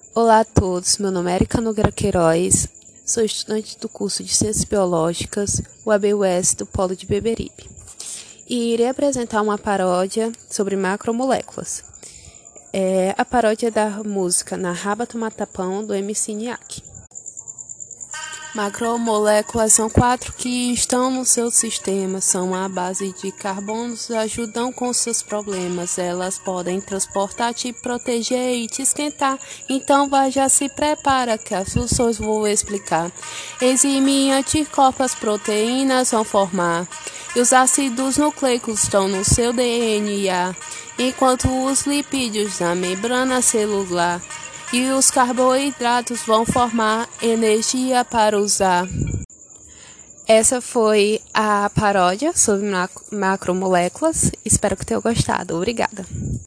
Olá a todos, meu nome é Erika Nogueira Queiroz, sou estudante do curso de Ciências Biológicas, UAB-US do Polo de Beberibe, e irei apresentar uma paródia sobre macromoléculas. A paródia da música Na Raba do Matapão, do MC Niak. Macromoléculas são 4 que estão no seu sistema, são a base de carbonos, ajudam com seus problemas. Elas podem transportar, te proteger e te esquentar. Então já se prepara que as funções vou explicar. Enzima, anticorpos, proteínas vão formar. E os ácidos nucleicos estão no seu DNA, enquanto os lipídios na membrana celular. E os carboidratos vão formar energia para usar. Essa foi a paródia sobre macromoléculas. Espero que tenham gostado. Obrigada.